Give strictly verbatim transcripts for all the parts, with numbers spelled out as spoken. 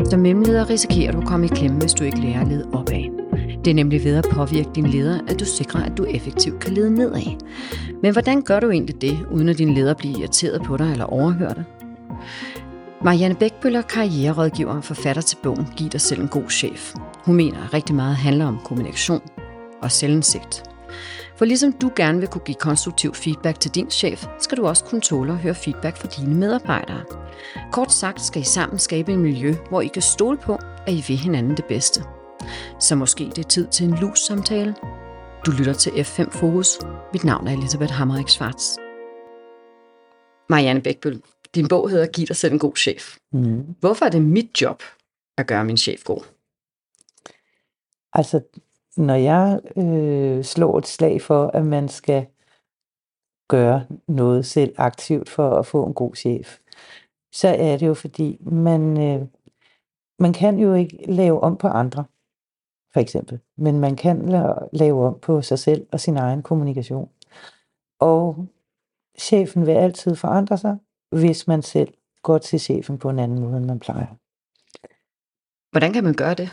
Som mellemleder risikerer du at komme i klemme, hvis du ikke lærer at lede opad. Det er nemlig ved at påvirke din leder, at du sikrer, at du effektivt kan lede nedad. Men hvordan gør du egentlig det, uden at din leder bliver irriteret på dig eller overhører dig? Marianne Bækbøller, karriererådgiver og forfatter til bogen Giv dig selv en god chef. Hun mener, at rigtig meget handler om kommunikation og selvindsigt. For ligesom du gerne vil kunne give konstruktiv feedback til din chef, skal du også kunne tåle at høre feedback fra dine medarbejdere. Kort sagt skal I sammen skabe et miljø, hvor I kan stole på, at I vil hinanden det bedste. Så måske det er tid til en lus-samtale. Du lytter til F fem Fokus. Mit navn er Elisabeth Hammerik Schwartz. Marianne Bækbøl, din bog hedder Giv dig selv en god chef. Mm. Hvorfor er det mit job at gøre min chef god? Altså, når jeg øh, slår et slag for, at man skal gøre noget selv aktivt for at få en god chef, så er det jo fordi, man, øh, man kan jo ikke lave om på andre, for eksempel. Men man kan lave om på sig selv og sin egen kommunikation. Og chefen vil altid forandre sig, hvis man selv går til chefen på en anden måde, end man plejer. Hvordan kan man gøre det?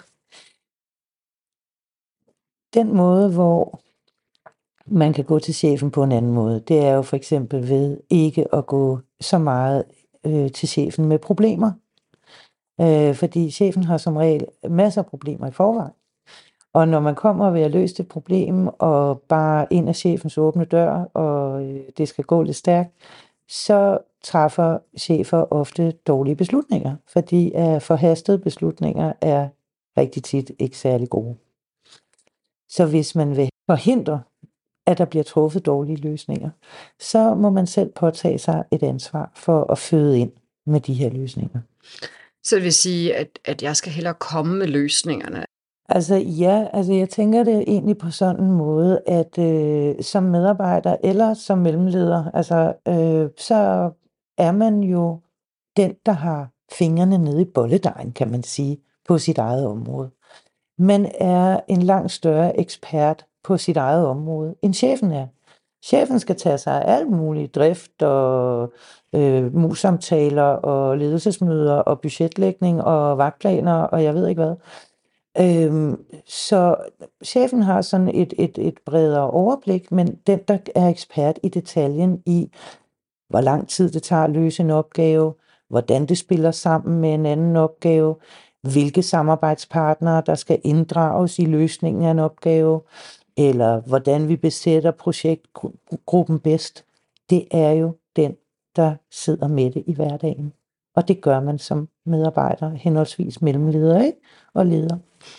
Den måde, hvor man kan gå til chefen på en anden måde, det er jo for eksempel ved ikke at gå så meget øh, til chefen med problemer. Øh, fordi chefen har som regel masser af problemer i forvejen. Og når man kommer ved at løse et problem, og bare ind af chefens åbne dør, og øh, det skal gå lidt stærkt, så træffer chefer ofte dårlige beslutninger, fordi at forhastede beslutninger er rigtig tit ikke særlig gode. Så hvis man vil forhindre, at der bliver truffet dårlige løsninger, så må man selv påtage sig et ansvar for at føde ind med de her løsninger. Så det vil sige, at, at jeg skal hellere komme med løsningerne? Altså ja, altså jeg tænker det egentlig på sådan en måde, at øh, som medarbejder eller som mellemleder, altså øh, så er man jo den, der har fingrene nede i bolledejen, kan man sige, på sit eget område. Man er en langt større ekspert på sit eget område, end chefen er. Chefen skal tage sig af alt muligt, drift og øh, mus-samtaler og ledelsesmøder og budgetlægning og vagtplaner og jeg ved ikke hvad. Øhm, så chefen har sådan et, et, et bredere overblik, men den, der er ekspert i detaljen i, hvor lang tid det tager at løse en opgave, hvordan det spiller sammen med en anden opgave, hvilke samarbejdspartnere, der skal inddrages i løsningen af en opgave, eller hvordan vi besætter projektgruppen bedst, det er jo den, der sidder med det i hverdagen. Og det gør man som medarbejder, henholdsvis mellemleder, ikke? Og leder.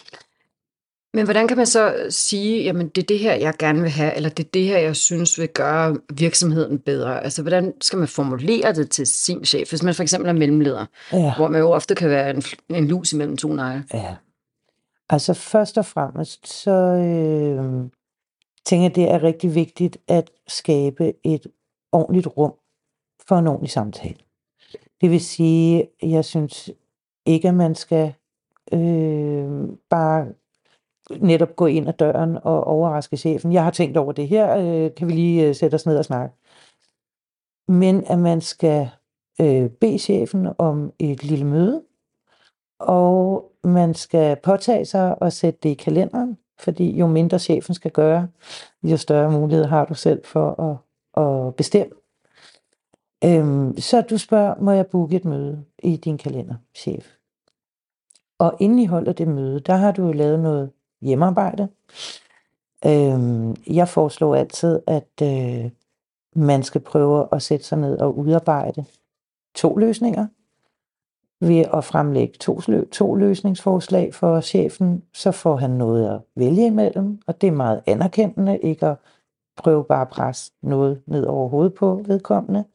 Men hvordan kan man så sige, jamen det er det her, jeg gerne vil have, eller det er det her, jeg synes vil gøre virksomheden bedre? Altså hvordan skal man formulere det til sin chef, hvis man for eksempel er mellemleder, ja. Hvor man jo ofte kan være en, en lus imellem to negle? Ja, altså først og fremmest, så øh, tænker jeg, det er rigtig vigtigt at skabe et ordentligt rum for en ordentlig samtale. Det vil sige, jeg synes ikke, at man skal øh, bare netop gå ind ad døren og overraske chefen. Jeg har tænkt over det her, øh, kan vi lige øh, sætte os ned og snakke. Men at man skal øh, bede chefen om et lille møde, og man skal påtage sig og sætte det i kalenderen, fordi jo mindre chefen skal gøre, jo større mulighed har du selv for at, at bestemme. Øhm, så du spørger, må jeg booke et møde i din kalender, chef? Og inden I holder det møde, der har du jo lavet noget hjemmearbejde. Øhm, jeg foreslår altid, at øh, man skal prøve at sætte sig ned og udarbejde to løsninger. Ved at fremlægge to, to løsningsforslag for chefen, så får han noget at vælge imellem, og det er meget anerkendende, ikke at prøve bare at presse noget ned over hovedet på vedkommende.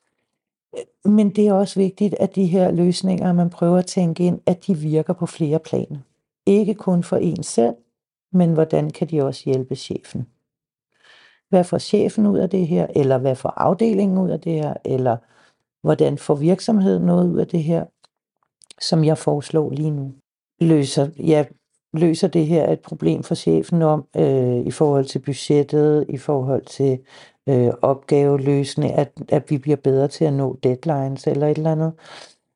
Men det er også vigtigt, at de her løsninger, man prøver at tænke ind, at de virker på flere planer. Ikke kun for en selv, men hvordan kan de også hjælpe chefen? Hvad får chefen ud af det her? Eller hvad får afdelingen ud af det her? Eller hvordan får virksomheden noget ud af det her? Som jeg foreslår lige nu. Løser, ja, løser det her et problem for chefen om øh, i forhold til budgettet, i forhold til øh, opgaveløsning, at, at vi bliver bedre til at nå deadlines eller et eller andet.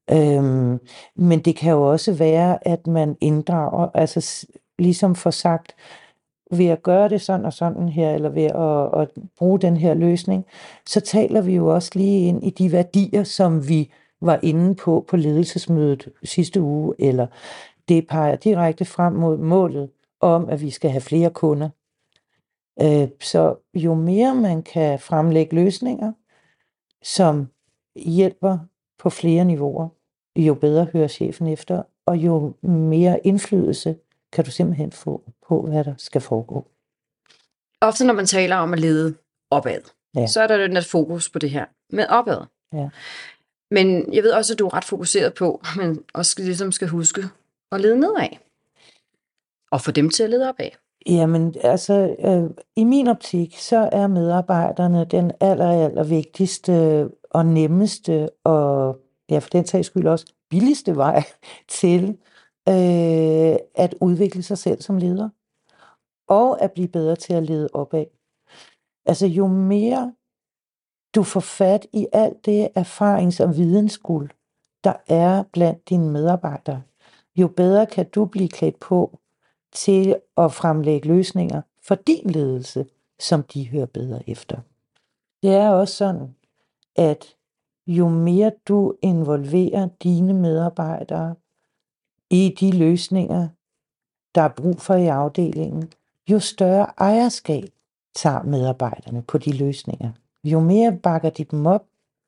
Øhm, men det kan jo også være, at man inddrager, altså ligesom får sagt, ved at gøre det sådan og sådan her, eller ved at, at bruge den her løsning, så taler vi jo også lige ind i de værdier, som vi var inde på på ledelsesmødet sidste uge, eller det peger direkte frem mod målet om, at vi skal have flere kunder. Øh, så jo mere man kan fremlægge løsninger, som hjælper på flere niveauer, jo bedre hører chefen efter, og jo mere indflydelse kan du simpelthen få på, hvad der skal foregå. Ofte når man taler om at lede opad, Ja. så er der den der fokus på det her med opad. Ja. Men jeg ved også, at du er ret fokuseret på, at man også ligesom skal huske at lede nedad. Og få dem til at lede opad. Jamen, altså, øh, i min optik, så er medarbejderne den aller, aller vigtigste og nemmeste og, ja, for den sags skyld også, billigste vej til øh, at udvikle sig selv som leder. Og at blive bedre til at lede opad. Altså, jo mere du får fat i alt det erfarings- og vidensguld, der er blandt dine medarbejdere, jo bedre kan du blive klædt på til at fremlægge løsninger for din ledelse, som de hører bedre efter. Det er også sådan, at jo mere du involverer dine medarbejdere i de løsninger, der er brug for i afdelingen, jo større ejerskab tager medarbejderne på de løsninger. Jo mere bakker de dem op,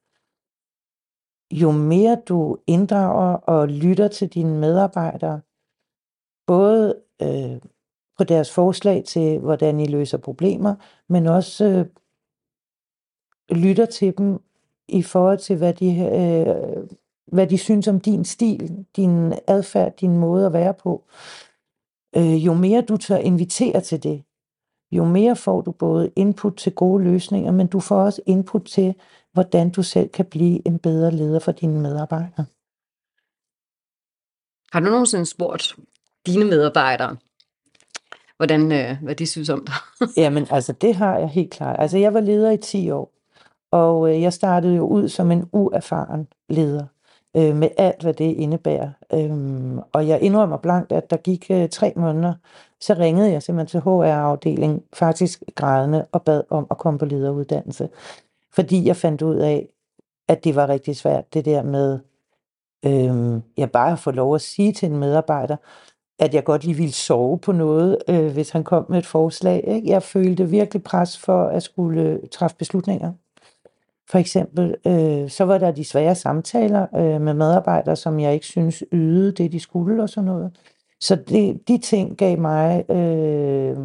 jo mere du inddrager og lytter til dine medarbejdere, både øh, på deres forslag til, hvordan I løser problemer, men også øh, lytter til dem i forhold til, hvad de, øh, hvad de synes om din stil, din adfærd, din måde at være på. Øh, jo mere du tør invitere til det, jo mere får du både input til gode løsninger, men du får også input til, hvordan du selv kan blive en bedre leder for dine medarbejdere. Har du nogensinde spurgt dine medarbejdere, hvordan, øh, hvad de synes om dig? Jamen, altså det har jeg helt klart. Altså jeg var leder i ti år, og øh, jeg startede jo ud som en uerfaren leder, øh, med alt, hvad det indebærer. Øhm, og jeg indrømmer blankt, at der gik øh, tre måneder, så ringede jeg simpelthen til H R-afdelingen, faktisk grædende, og bad om at komme på lederuddannelse. Fordi jeg fandt ud af, at det var rigtig svært, det der med, øh, jeg bare at få lov at sige til en medarbejder, at jeg godt lige ville sove på noget, øh, hvis han kom med et forslag. Ikke? Jeg følte virkelig pres for at skulle øh, træffe beslutninger. For eksempel, øh, så var der de svære samtaler øh, med medarbejdere, som jeg ikke synes ydede det, de skulle og sådan noget. Så det, de ting gav mig, øh,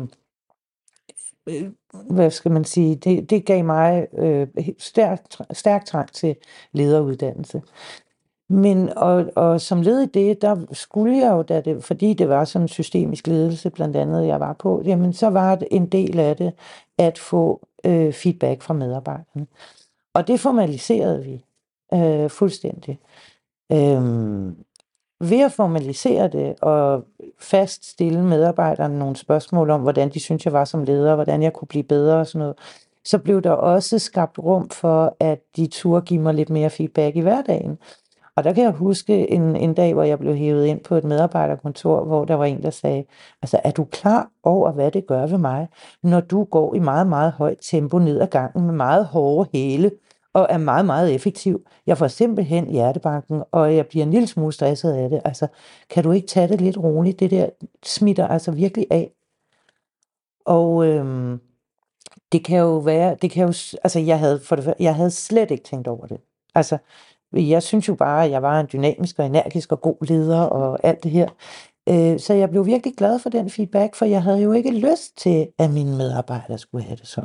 øh, hvad skal man sige, det, det gav mig øh, stærk, stærk trang til lederuddannelse. Men, og, og som led i det, der skulle jeg jo, da det, fordi det var sådan en systemisk ledelse, blandt andet jeg var på, jamen så var det en del af det, at få øh, feedback fra medarbejderne. Og det formaliserede vi øh, fuldstændig. Øhm, ved at formalisere det og faststille medarbejderne nogle spørgsmål om, hvordan de synes jeg var som leder, hvordan jeg kunne blive bedre og sådan noget, så blev der også skabt rum for, at de turde give mig lidt mere feedback i hverdagen. Og der kan jeg huske en, en dag, hvor jeg blev hævet ind på et medarbejderkontor, hvor der var en, der sagde, altså er du klar over, hvad det gør ved mig, når du går i meget, meget højt tempo ned ad gangen med meget hårde hæle og er meget, meget effektiv. Jeg får simpelthen hjertebanken, og jeg bliver en lille smule stresset af det. Altså, kan du ikke tage det lidt roligt? Det der smitter altså virkelig af. Og øhm, det kan jo være, det kan jo, altså jeg havde, for det, jeg havde slet ikke tænkt over det. Altså, jeg synes jo bare, at jeg var en dynamisk og energisk og god leder og alt det her. Så jeg blev virkelig glad for den feedback, for jeg havde jo ikke lyst til, at mine medarbejdere skulle have det sådan.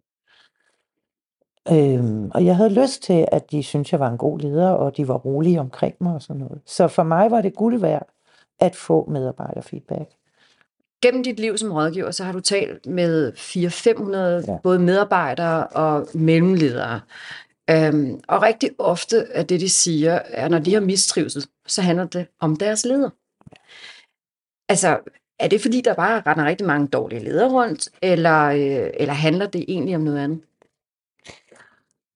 Og jeg havde lyst til, at de syntes, jeg var en god leder, og de var rolige omkring mig og sådan noget. Så for mig var det guld værd at få medarbejderfeedback. Gennem dit liv som rådgiver, så har du talt med fire til fem hundrede ja. både medarbejdere og mellemledere. Øhm, og rigtig ofte er det, de siger, at når de har mistrivsel, så handler det om deres leder. Altså, er det fordi, der bare render rigtig mange dårlige ledere rundt, eller, øh, eller handler det egentlig om noget andet?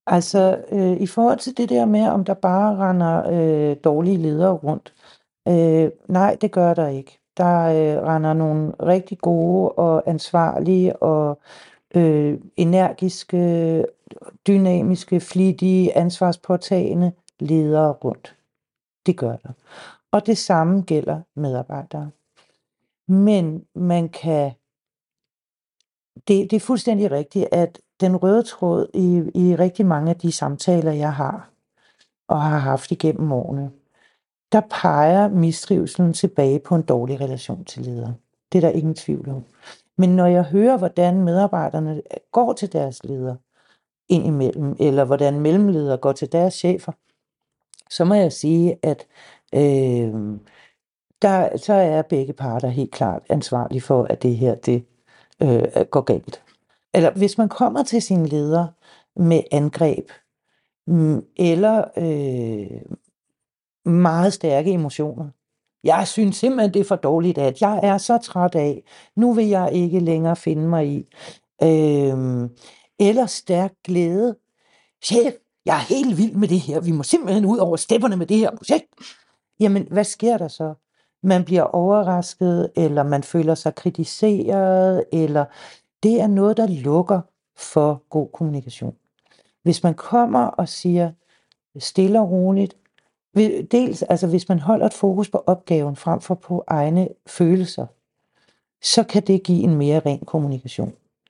Altså, øh, i forhold til det der med, om der bare render øh, dårlige ledere rundt. Øh, nej, det gør der ikke. Der øh, render nogle rigtig gode og ansvarlige og øh, energiske, dynamiske, flittige, ansvarspåtagende ledere rundt. Det gør der. Og det samme gælder medarbejdere. Men man kan... Det, det er fuldstændig rigtigt, at den røde tråd i, i rigtig mange af de samtaler, jeg har og har haft igennem årene, der peger mistrivselen tilbage på en dårlig relation til ledere. Det er der ingen tvivl om. Men når jeg hører, hvordan medarbejderne går til deres ledere indimellem, eller hvordan mellemledere går til deres chefer, så må jeg sige, at øh, der, så er begge parter helt klart ansvarlige for, at det her det, øh, går galt. Eller hvis man kommer til sin leder med angreb, mm, eller øh, meget stærke emotioner. Jeg synes simpelthen, det er for dårligt, at jeg er så træt af. Nu vil jeg ikke længere finde mig i. Øh, eller stærk glæde. Chef, jeg er helt vild med det her. Vi må simpelthen ud over stepperne med det her projekt. Jamen, hvad sker der så? Man bliver overrasket, eller man føler sig kritiseret, eller det er noget, der lukker for god kommunikation. Hvis man kommer og siger stille og roligt, dels altså hvis man holder et fokus på opgaven frem for på egne følelser, så kan det give en mere ren kommunikation.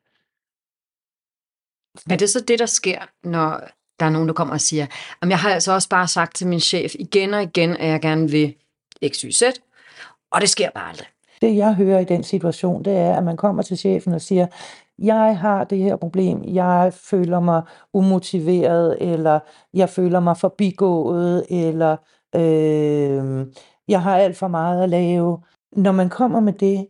Er det så det, der sker, når der er nogen, der kommer og siger, at jeg har altså også bare sagt til min chef igen og igen, at jeg gerne vil X Y Z, og det sker bare aldrig? Det jeg hører i den situation, det er, at man kommer til chefen og siger, jeg har det her problem, jeg føler mig umotiveret, eller jeg føler mig forbigået, eller øh, jeg har alt for meget at lave. Når man kommer med det,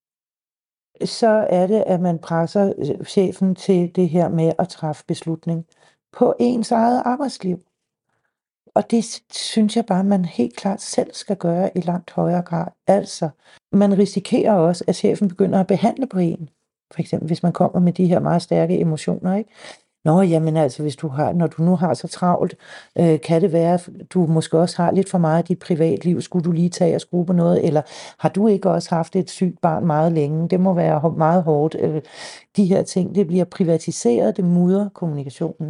så er det, at man presser chefen til det her med at træffe beslutning på ens eget arbejdsliv. Og det synes jeg bare, man helt klart selv skal gøre i langt højere grad. Altså, man risikerer også, at chefen begynder at behandle på en. For eksempel, hvis man kommer med de her meget stærke emotioner, ikke? Nå, jamen altså, hvis du har, når du nu har så travlt, øh, kan det være, at du måske også har lidt for meget af dit privatliv. Skulle du lige tage og skrue på noget? Eller har du ikke også haft et sygt barn meget længe? Det må være meget hårdt. Øh, de her ting, det bliver privatiseret, det mudrer kommunikationen.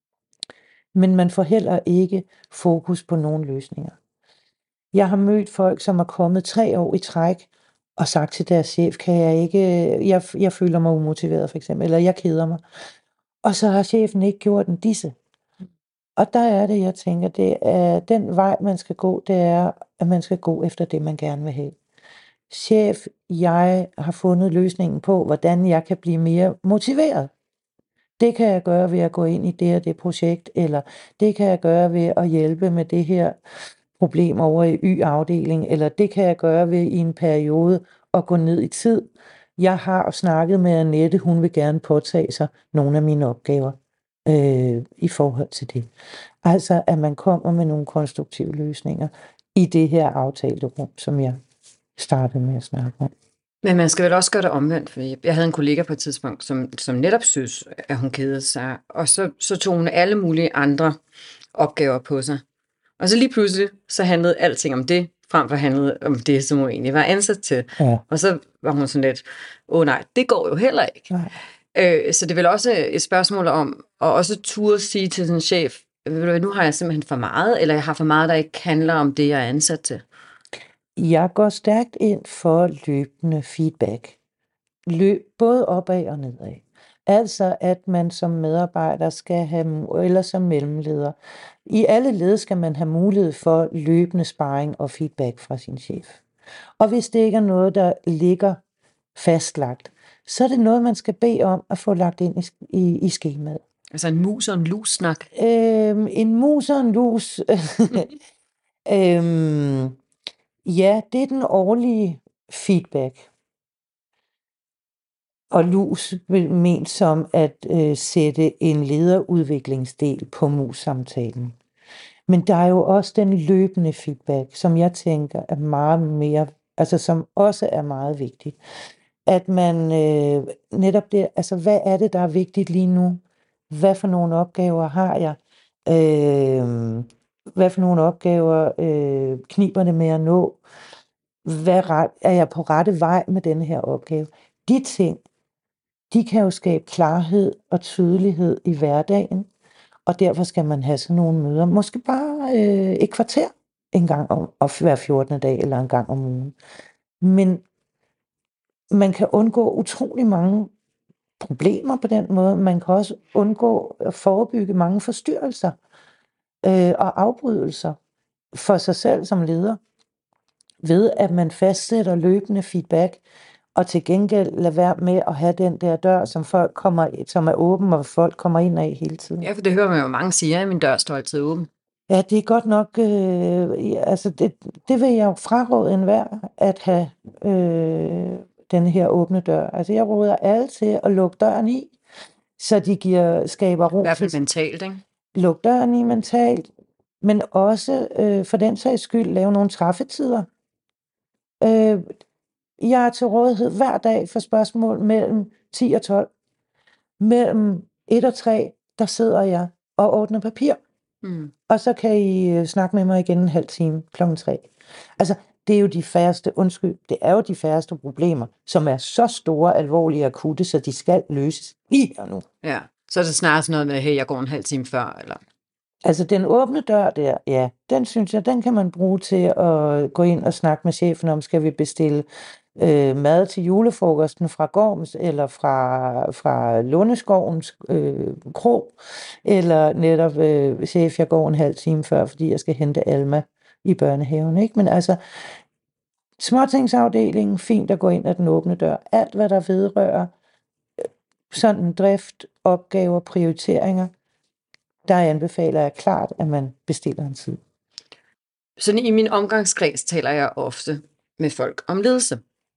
Men man får heller ikke fokus på nogen løsninger. Jeg har mødt folk, som er kommet tre år i træk og sagt til deres chef, kan jeg ikke, jeg, jeg føler mig umotiveret for eksempel, eller jeg keder mig. Og så har chefen ikke gjort en disse. Og der er det, jeg tænker, det er den vej, man skal gå, det er, at man skal gå efter det, man gerne vil have. Chef, jeg har fundet løsningen på, hvordan jeg kan blive mere motiveret. Det kan jeg gøre ved at gå ind i det og det projekt, eller det kan jeg gøre ved at hjælpe med det her problem over i Y-afdeling, eller det kan jeg gøre ved i en periode at gå ned i tid. Jeg har snakket med Annette, hun vil gerne påtage sig nogle af mine opgaver øh, i forhold til det. Altså, at man kommer med nogle konstruktive løsninger i det her aftalte rum, som jeg startede med at snakke om. Men man skal vel også gøre det omvendt, for jeg havde en kollega på et tidspunkt, som, som netop synes, at hun kedede sig, og så, så tog hun alle mulige andre opgaver på sig. Og så lige pludselig, så handlede alting om det, frem for handlede om det, som hun egentlig var ansat til. Ja. Og så var hun sådan lidt, åh nej, det går jo heller ikke. Øh, så det er vel også et spørgsmål om, at også turde sige til sin chef, nu har jeg simpelthen for meget, eller jeg har for meget, der ikke handler om det, jeg er ansat til. Jeg går stærkt ind for løbende feedback. Løb både opad og nedad. Altså, at man som medarbejder skal have, eller som mellemleder, i alle led skal man have mulighed for løbende sparring og feedback fra sin chef. Og hvis det ikke er noget, der ligger fastlagt, så er det noget, man skal bede om at få lagt ind i, i, i skemaet. Altså en mus og en lus-snak? Øhm, en mus og en lus. øhm, ja, det er den årlige feedback. Og lus ment som at øh, sætte en lederudviklingsdel på mus-samtalen. Men der er jo også den løbende feedback, som jeg tænker er meget mere, altså som også er meget vigtigt. At man øh, netop det, altså hvad er det, der er vigtigt lige nu? Hvad for nogle opgaver har jeg? Øh, hvad for nogle opgaver øh, kniber det med at nå? Hvad ret, er jeg på rette vej med denne her opgave? De ting, de kan jo skabe klarhed og tydelighed i hverdagen, og derfor skal man have sådan nogle møder. Måske bare øh, et kvarter en gang om, og hver fjortende dag eller en gang om ugen. Men man kan undgå utrolig mange problemer på den måde. Man kan også undgå at forebygge mange forstyrrelser øh, og afbrydelser for sig selv som leder, ved at man fastsætter løbende feedback, og til gengæld lade være med at have den der dør, som folk kommer, som er åben, og folk kommer ind af hele tiden. Ja, for det hører man jo mange sige, at min dør står altid åben. Ja, det er godt nok, øh, altså det, det vil jeg jo fraråde enhver, at have øh, den her åbne dør. Altså jeg råder alle til at lukke døren i, så de giver, skaber ro. I hvert fald mentalt, ikke? Luk døren i mentalt, men også øh, for den sags skyld lave nogle træffetider. Øh, jeg er til rådighed hver dag for spørgsmål mellem ti og tolv. Mellem et og tre, der sidder jeg og ordner papir. Mm. Og så kan I snakke med mig igen en halv time klokken tre. Altså, det er jo de færreste, undskyld, det er jo de færreste problemer, som er så store, alvorlige og akutte, så de skal løses lige her nu. Ja, så er det snarere sådan noget med, hey, jeg går en halv time før, eller? Altså, den åbne dør der, ja, den synes jeg, den kan man bruge til at gå ind og snakke med chefen om, skal vi bestille øh, mad til julefrokosten fra Gorms, eller fra, fra Lundeskovens øh, krog, eller netop, øh, chef, jeg går en halv time før, fordi jeg skal hente Alma i børnehaven, ikke? Men altså, småtingsafdelingen, fint at gå ind ad den åbne dør. Alt, hvad der vedrører sådan drift, opgaver, prioriteringer, der anbefaler jeg klart, at man bestiller en tid. Sådan i min omgangskreds taler jeg ofte med folk om ledelse.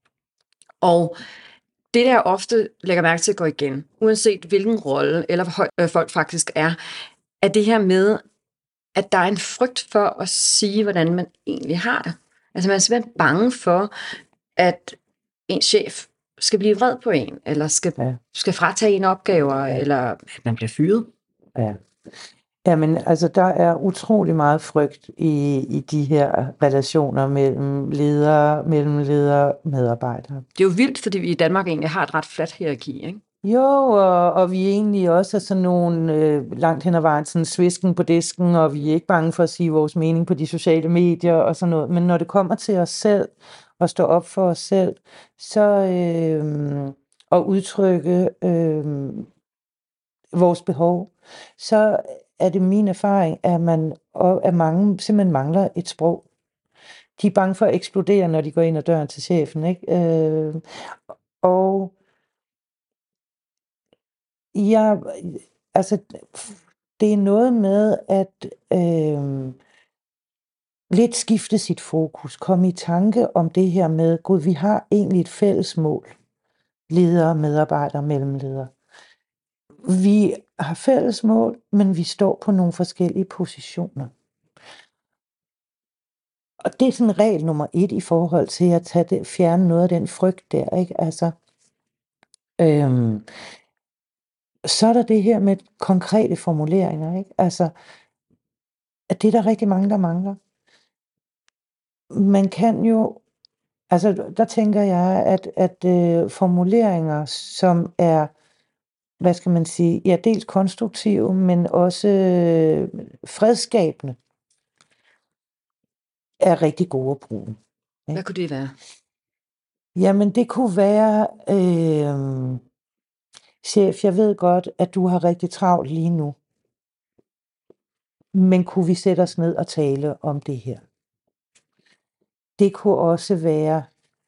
Og det der ofte lægger mærke til at gå igen, uanset hvilken rolle eller hvor højt folk faktisk er, er det her med, at der er en frygt for at sige, hvordan man egentlig har det. Altså man er simpelthen bange for, at en chef skal blive vred på en, eller skal, ja. skal fratage en opgaver, ja. eller at man bliver fyret. Ja. Jamen, altså, der er utrolig meget frygt i, i de her relationer mellem ledere, mellem ledere og medarbejdere. Det er jo vildt, fordi vi i Danmark egentlig har et ret fladt hierarki, ikke? Jo, og, og vi er egentlig også sådan nogle øh, langt hen ad vejen, sådan svisken på disken, og vi er ikke bange for at sige vores mening på de sociale medier og sådan noget. Men når det kommer til os selv, og stå op for os selv, så øh, og udtrykke øh, vores behov, så er det min erfaring, at man og at mange simpelthen mangler et sprog. De er bange for at eksplodere, når de går ind ad døren til chefen, ikke? Øh, og ja, altså det er noget med at øh, lidt skifte sit fokus, komme i tanke om det her med, gud, vi har egentlig et fælles mål, ledere, medarbejdere, mellemledere. Vi har fælles mål, men vi står på nogle forskellige positioner. Og det er sådan regel nummer et i forhold til at tage det, fjerne noget af den frygt der, ikke? Altså, øhm, så er der det her med konkrete formuleringer, ikke? Altså, at det er der rigtig mange, der mangler. Man kan jo, altså der tænker jeg, at, at øh, formuleringer, som er, hvad skal man sige, ja, dels konstruktive, men også øh, fredskabende, er rigtig gode at bruge. Ikke? Hvad kunne det være? Jamen, det kunne være, øh, chef, jeg ved godt, at du har rigtig travlt lige nu. Men kunne vi sætte os ned og tale om det her? Det kunne også være,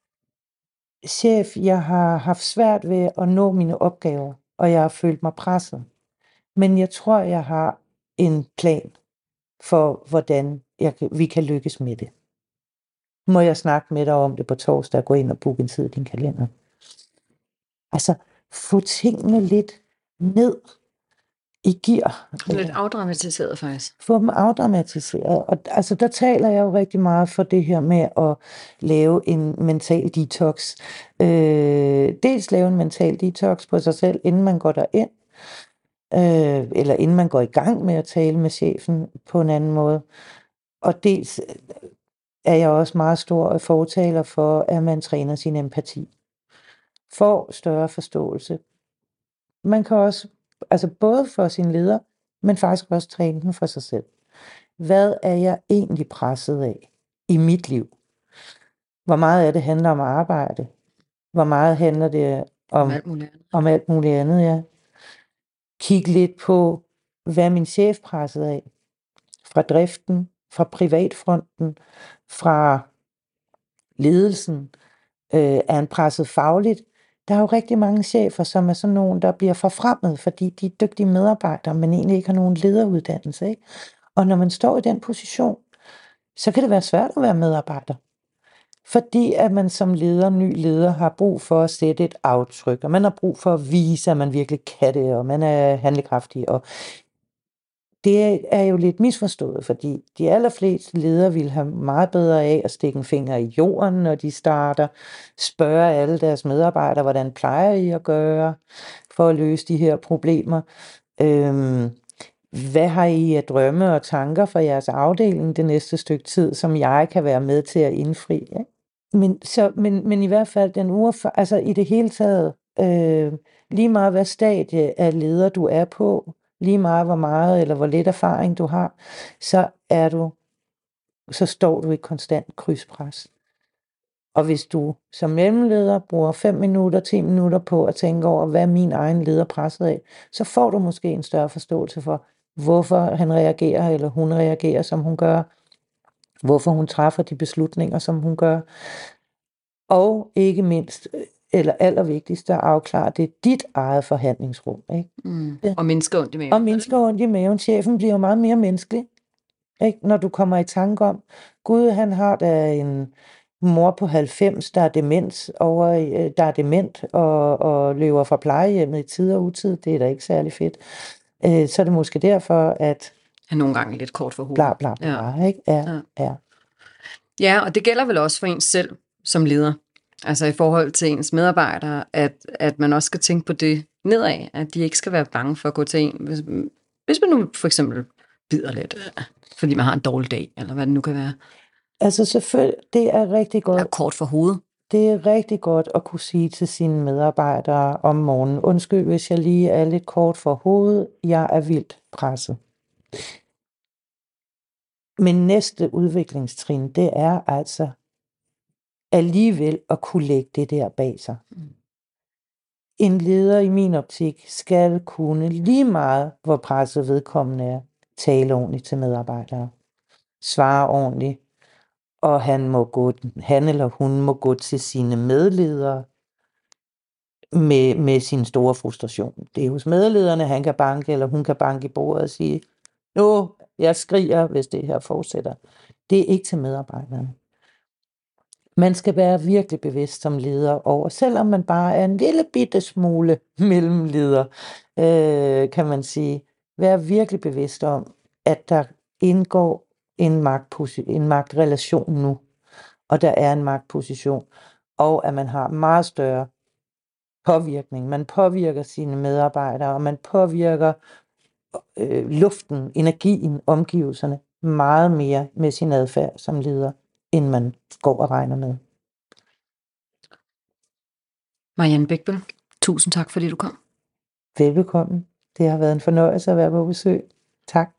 chef, jeg har haft svært ved at nå mine opgaver, og jeg har følt mig presset. Men jeg tror, jeg har en plan for, hvordan jeg, vi kan lykkes med det. Må jeg snakke med dig om det på torsdag og gå ind og booke en tid i din kalender? Altså, få tingene lidt ned i gear. Lidt afdramatiseret faktisk. Få dem afdramatiseret. Og altså, der taler jeg jo rigtig meget for det her med at lave en mental detox. Øh, dels lave en mental detox på sig selv, inden man går derind. øh, eller inden man går i gang med at tale med chefen på en anden måde. Og dels er jeg også meget stor fortaler for, at man træner sin empati. Får større forståelse. Man kan også, altså både for sin leder, men faktisk også træne den for sig selv. Hvad er jeg egentlig presset af i mit liv? Hvor meget af det handler om arbejde? Hvor meget handler det om, Om alt muligt andet. om alt muligt andet, ja. Kig lidt på, hvad er min chef presset af? Fra driften, fra privatfronten, fra ledelsen. Øh, er han presset fagligt? Der er jo rigtig mange chefer, som er sådan nogen, der bliver forfremmet, fordi de er dygtige medarbejdere, men egentlig ikke har nogen lederuddannelse. Ikke? Og når man står i den position, så kan det være svært at være medarbejder. Fordi at man som leder, ny leder, har brug for at sætte et aftryk, og man har brug for at vise, at man virkelig kan det, og man er handlekraftig. Og det er jo lidt misforstået, fordi de allerfleste ledere vil have meget bedre af at stikke en finger i jorden, når de starter, spørge alle deres medarbejdere, hvordan plejer I at gøre for at løse de her problemer. Øhm, hvad har I af drømme og tanker for jeres afdeling det næste stykke tid, som jeg kan være med til at indfri? Ikke? Men, så, men, men i hvert fald den uerfar- altså i det hele taget, øh, lige meget hvad stadie af leder du er på, lige meget hvor meget eller hvor lidt erfaring du har, så er du, så står du i konstant krydspres. Og hvis du som mellemleder bruger fem minutter, ti minutter på at tænke over, hvad er min egen leder presset af, så får du måske en større forståelse for, hvorfor han reagerer, eller hun reagerer, som hun gør, hvorfor hun træffer de beslutninger, som hun gør. Og ikke mindst, eller allervigtigst, at afklare, det er dit eget forhandlingsrum. Ikke? Mm. Og mennesker ondt i maven. Og mennesker ondt i maven. Chefen bliver jo meget mere menneskelig. Ikke? Når du kommer i tanke om, Gud, han har da en mor på halvfems, der er demens over, der er dement og, og løber fra plejehjemmet i tid og utid. Det er da ikke særlig fedt. Øh, så er det måske derfor, at han nogle gange er lidt kort for hovedet. Bla, bla, bla, ja. Ikke? Ja, ja. ja. Ja, og det gælder vel også for ens selv som leder. Altså i forhold til ens medarbejdere, at, at man også skal tænke på det nedad, at de ikke skal være bange for at gå til en. Hvis, hvis man nu for eksempel bider lidt, fordi man har en dårlig dag, eller hvad det nu kan være. Altså selvfølgelig, det er rigtig godt. Eller kort for hovedet. Det er rigtig godt at kunne sige til sine medarbejdere om morgenen, undskyld, hvis jeg lige er lidt kort for hovedet, jeg er vildt presset. Men næste udviklingstrin, det er altså alligevel at kunne lægge det der bag sig. Mm. En leder i min optik skal kunne lige meget, hvor presset vedkommende er, tale ordentligt til medarbejdere, svare ordentligt, og han, må gå, han eller hun må gå til sine medledere med, med sin store frustration. Det er hos medlederne, han kan banke, eller hun kan banke i bordet og sige, nu, jeg skriger, hvis det her fortsætter. Det er ikke til medarbejderne. Man skal være virkelig bevidst som leder over, selvom man bare er en lille bitte smule mellemleder, øh, kan man sige. Være virkelig bevidst om, at der indgår en, magtposi- en magtrelation nu, og der er en magtposition, og at man har meget større påvirkning. Man påvirker sine medarbejdere, og man påvirker øh, luften, energien, omgivelserne meget mere med sin adfærd som leder, end man går og regner med. Marianne Bækbøl, tusind tak, fordi du kom. Velbekomme. Det har været en fornøjelse at være på besøg. Tak.